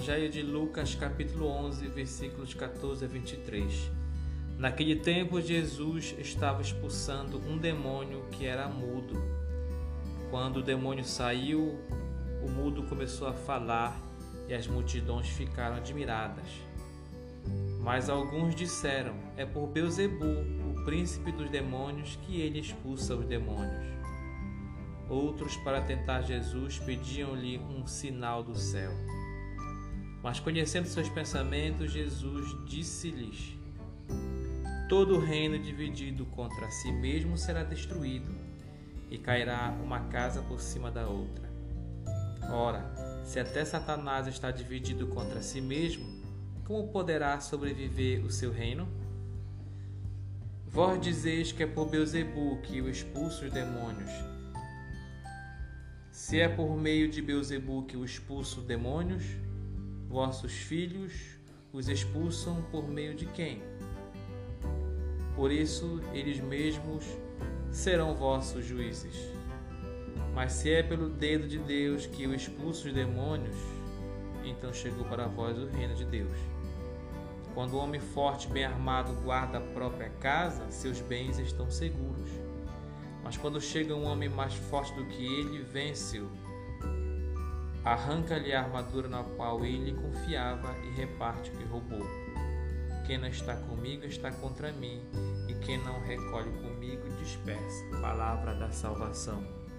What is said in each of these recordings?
Evangelho de Lucas, capítulo 11, versículos 14 a 23. Naquele tempo, Jesus estava expulsando um demônio que era mudo. Quando o demônio saiu, o mudo começou a falar e as multidões ficaram admiradas. Mas alguns disseram: é por Beelzebu, o príncipe dos demônios, que ele expulsa os demônios. Outros, para tentar Jesus, pediam-lhe um sinal do céu. Mas, conhecendo seus pensamentos, Jesus disse-lhes: todo reino dividido contra si mesmo será destruído, e cairá uma casa por cima da outra. Ora, se até Satanás está dividido contra si mesmo, como poderá sobreviver o seu reino? Vós dizeis que é por Beelzebu que eu expulso os demônios. Se é por meio de Beelzebu que eu expulso demônios, vossos filhos os expulsam por meio de quem? Por isso, eles mesmos serão vossos juízes. Mas se é pelo dedo de Deus que eu expulso os demônios, então chegou para vós o reino de Deus. Quando o homem forte, bem armado, guarda a própria casa, seus bens estão seguros. Mas quando chega um homem mais forte do que ele, vence-o, arranca-lhe a armadura na qual ele confiava e reparte o que roubou. Quem não está comigo está contra mim, e quem não recolhe comigo dispersa. Palavra da salvação.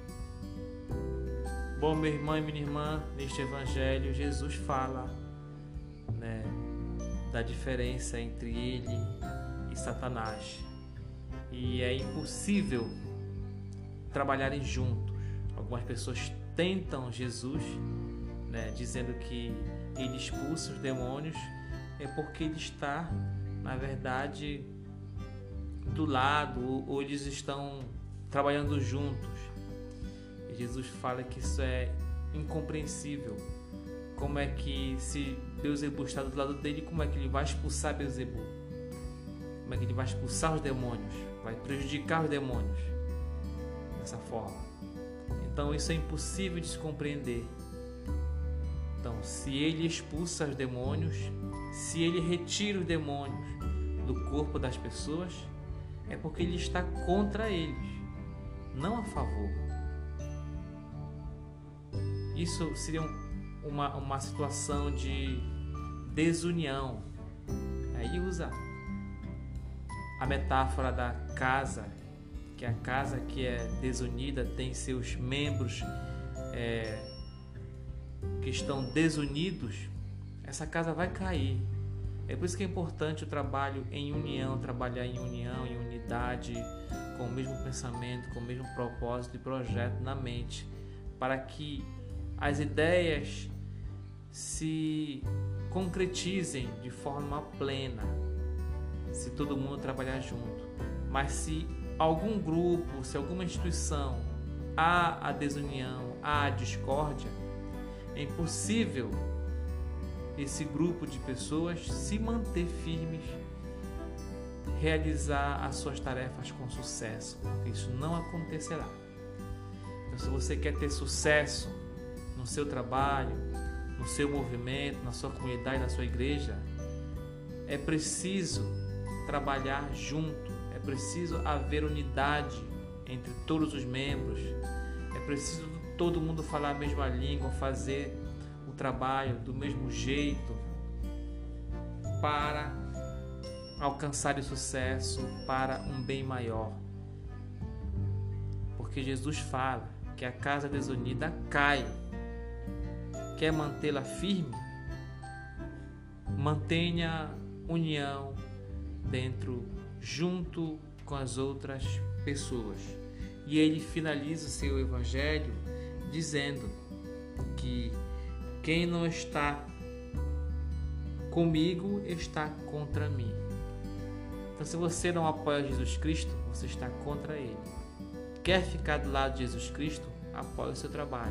Bom, meu irmão e minha irmã, neste Evangelho, Jesus fala, da diferença entre ele e Satanás. E é impossível trabalharem juntos. Algumas pessoas tentam Jesus, dizendo que ele expulsa os demônios, é porque ele está, na verdade, do lado, ou eles estão trabalhando juntos. E Jesus fala que isso é incompreensível. Como é que, se Beelzebu está do lado dele, como é que ele vai expulsar Beelzebu? Como é que ele vai expulsar os demônios? Vai prejudicar os demônios dessa forma. Então isso é impossível de se compreender. Então, se ele expulsa os demônios, se ele retira os demônios do corpo das pessoas, é porque ele está contra eles, não a favor. Isso seria uma situação de desunião. Aí usa a metáfora da casa, que a casa que é desunida tem seus membros que estão desunidos. Essa casa vai cair. É por isso que é importante o trabalho em união, trabalhar em união, em unidade, com o mesmo pensamento, com o mesmo propósito e projeto na mente, para que as ideias se concretizem de forma plena, se todo mundo trabalhar junto. Mas se algum grupo, se alguma instituição há a desunião, há a discórdia, é impossível esse grupo de pessoas se manter firmes, realizar as suas tarefas com sucesso, porque isso não acontecerá. Então, se você quer ter sucesso no seu trabalho, no seu movimento, na sua comunidade, na sua igreja, é preciso trabalhar junto, é preciso haver unidade entre todos os membros, é preciso todo mundo falar a mesma língua, fazer o trabalho do mesmo jeito para alcançar o sucesso, para um bem maior. Porque Jesus fala que a casa desunida cai. Quer mantê-la firme? Mantenha união junto com as outras pessoas. E ele finaliza o seu evangelho dizendo que quem não está comigo está contra mim. Então, se você não apoia Jesus Cristo, você está contra ele. Quer ficar do lado de Jesus Cristo? Apoie o seu trabalho.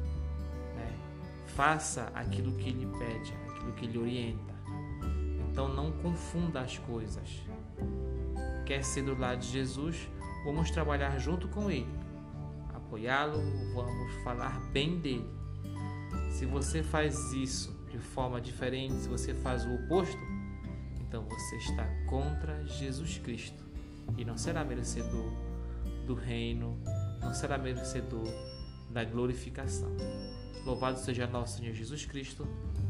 Faça aquilo que ele pede, aquilo que ele orienta. Então não confunda as coisas. Quer ser do lado de Jesus? Vamos trabalhar junto com ele. Apoiá-lo, vamos falar bem dele. Se você faz isso de forma diferente, se você faz o oposto, então você está contra Jesus Cristo e não será merecedor do reino, não será merecedor da glorificação. Louvado seja nosso Senhor Jesus Cristo.